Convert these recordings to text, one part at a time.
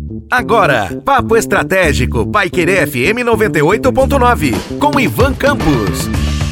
Agora, Papo Estratégico, Paiquerê FM 98.9, com Ivan Campos.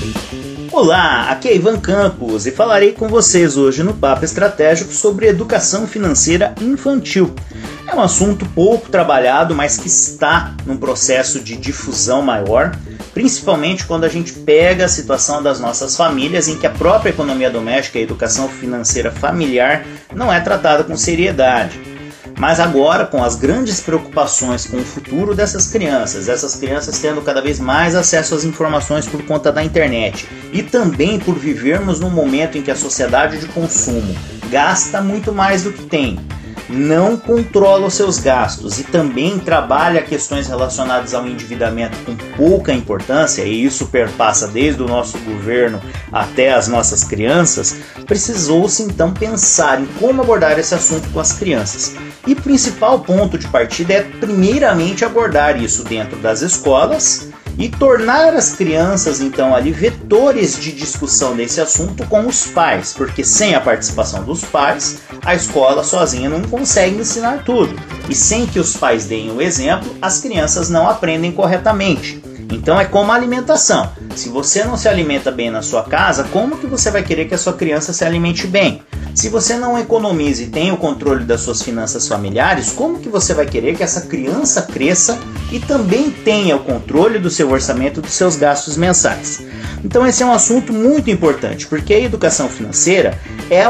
Olá, aqui é Ivan Campos e falarei com vocês hoje no Papo Estratégico sobre educação financeira infantil. É um assunto pouco trabalhado, mas que está num processo de difusão maior, principalmente quando a gente pega a situação das nossas famílias em que a própria economia doméstica e a educação financeira familiar não é tratada com seriedade. Mas agora, com as grandes preocupações com o futuro dessas crianças, essas crianças tendo cada vez mais acesso às informações por conta da internet e também por vivermos num momento em que a sociedade de consumo gasta muito mais do que tem, não controla os seus gastos e também trabalha questões relacionadas ao endividamento com pouca importância, e isso perpassa desde o nosso governo até as nossas crianças, precisou-se então pensar em como abordar esse assunto com as crianças. E o principal ponto de partida é primeiramente abordar isso dentro das escolas e tornar as crianças então ali vetores de discussão desse assunto com os pais, porque sem a participação dos pais, a escola sozinha não consegue ensinar tudo. E sem que os pais deem o exemplo, as crianças não aprendem corretamente. Então é como a alimentação. Se você não se alimenta bem na sua casa, como que você vai querer que a sua criança se alimente bem? Se você não economiza e tem o controle das suas finanças familiares, como que você vai querer que essa criança cresça e também tenha o controle do seu orçamento e dos seus gastos mensais? Então esse é um assunto muito importante, porque a educação financeira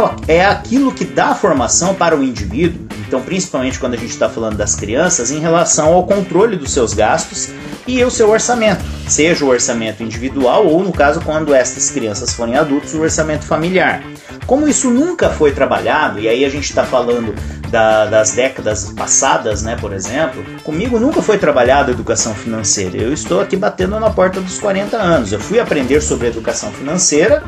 é aquilo que dá formação para o indivíduo, então principalmente quando a gente está falando das crianças, em relação ao controle dos seus gastos e o seu orçamento, seja o orçamento individual ou, no caso, quando estas crianças forem adultos, o orçamento familiar. Como isso nunca foi trabalhado, e aí a gente está falando das décadas passadas, né, por exemplo, comigo nunca foi trabalhado a educação financeira. Eu estou aqui batendo na porta dos 40 anos. Eu fui aprender sobre educação financeira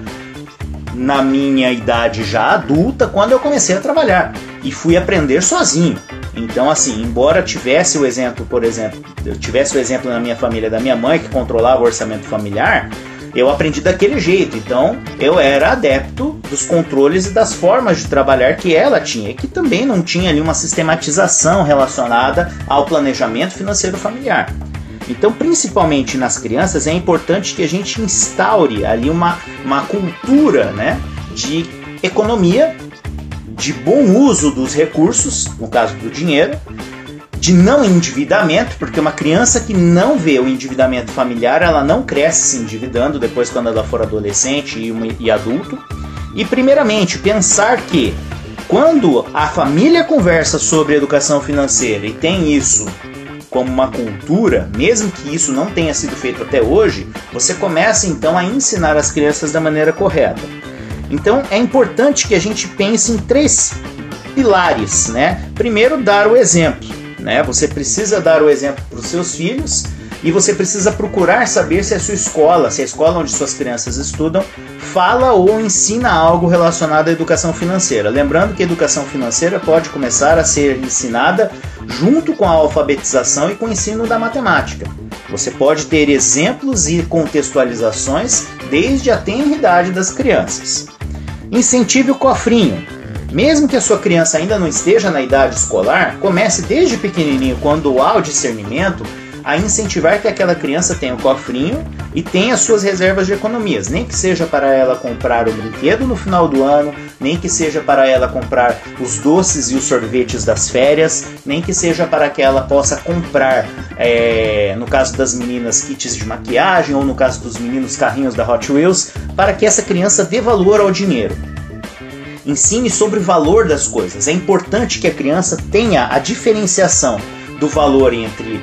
na minha idade já adulta, quando eu comecei a trabalhar, e fui aprender sozinho. Então, assim, embora tivesse o exemplo, por exemplo, eu tivesse o exemplo na minha família da minha mãe que controlava o orçamento familiar, eu aprendi daquele jeito. Então, eu era adepto dos controles e das formas de trabalhar que ela tinha, e que também não tinha ali uma sistematização relacionada ao planejamento financeiro familiar. Então, principalmente nas crianças, é importante que a gente instaure ali uma cultura, né, de economia, de bom uso dos recursos, no caso do dinheiro, de não endividamento, porque uma criança que não vê o endividamento familiar, ela não cresce se endividando depois quando ela for adolescente e adulto. E primeiramente, pensar que quando a família conversa sobre educação financeira e tem isso como uma cultura, mesmo que isso não tenha sido feito até hoje, você começa então a ensinar as crianças da maneira correta. Então é importante que a gente pense em 3 pilares, né? Primeiro, dar o exemplo, né? Você precisa dar o exemplo para os seus filhos e você precisa procurar saber se a sua escola, se a escola onde suas crianças estudam, fala ou ensina algo relacionado à educação financeira. Lembrando que a educação financeira pode começar a ser ensinada junto com a alfabetização e com o ensino da matemática. Você pode ter exemplos e contextualizações desde a tenra idade das crianças. Incentive o cofrinho. Mesmo que a sua criança ainda não esteja na idade escolar, comece desde pequenininho, quando há o discernimento, a incentivar que aquela criança tenha o cofrinho e tenha suas reservas de economias, nem que seja para ela comprar o brinquedo no final do ano, nem que seja para ela comprar os doces e os sorvetes das férias, nem que seja para que ela possa comprar, no caso das meninas, kits de maquiagem, ou no caso dos meninos, carrinhos da Hot Wheels, para que essa criança dê valor ao dinheiro. Ensine sobre o valor das coisas. É importante que a criança tenha a diferenciação do valor entre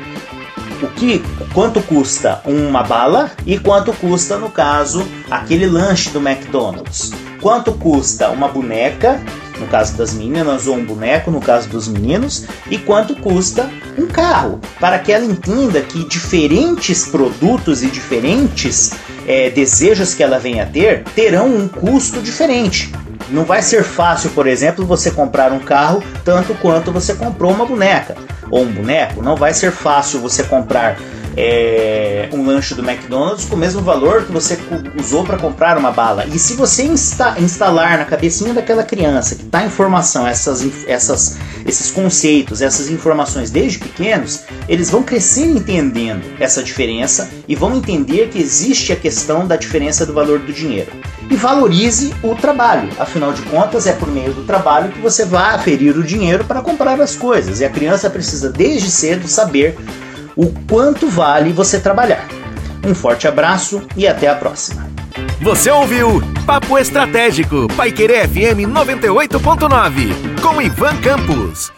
quanto custa uma bala e quanto custa, no caso, aquele lanche do McDonald's. Quanto custa uma boneca, no caso das meninas, ou um boneco, no caso dos meninos, e quanto custa um carro, para que ela entenda que diferentes produtos e diferentes desejos que ela venha a ter terão um custo diferente. Não vai ser fácil, por exemplo, você comprar um carro tanto quanto você comprou uma boneca ou um boneco. Não vai ser fácil você comprar um lanche do McDonald's com o mesmo valor que você usou para comprar uma bala. E se você instalar na cabecinha daquela criança que está em formação esses conceitos, essas informações desde pequenos, eles vão crescer entendendo essa diferença e vão entender que existe a questão da diferença do valor do dinheiro. E valorize o trabalho, afinal de contas é por meio do trabalho que você vai aferir o dinheiro para comprar as coisas, e a criança precisa desde cedo saber o quanto vale você trabalhar. Um forte abraço e até a próxima. Você ouviu Papo Estratégico, Paiquerê FM 98.9, com Ivan Campos.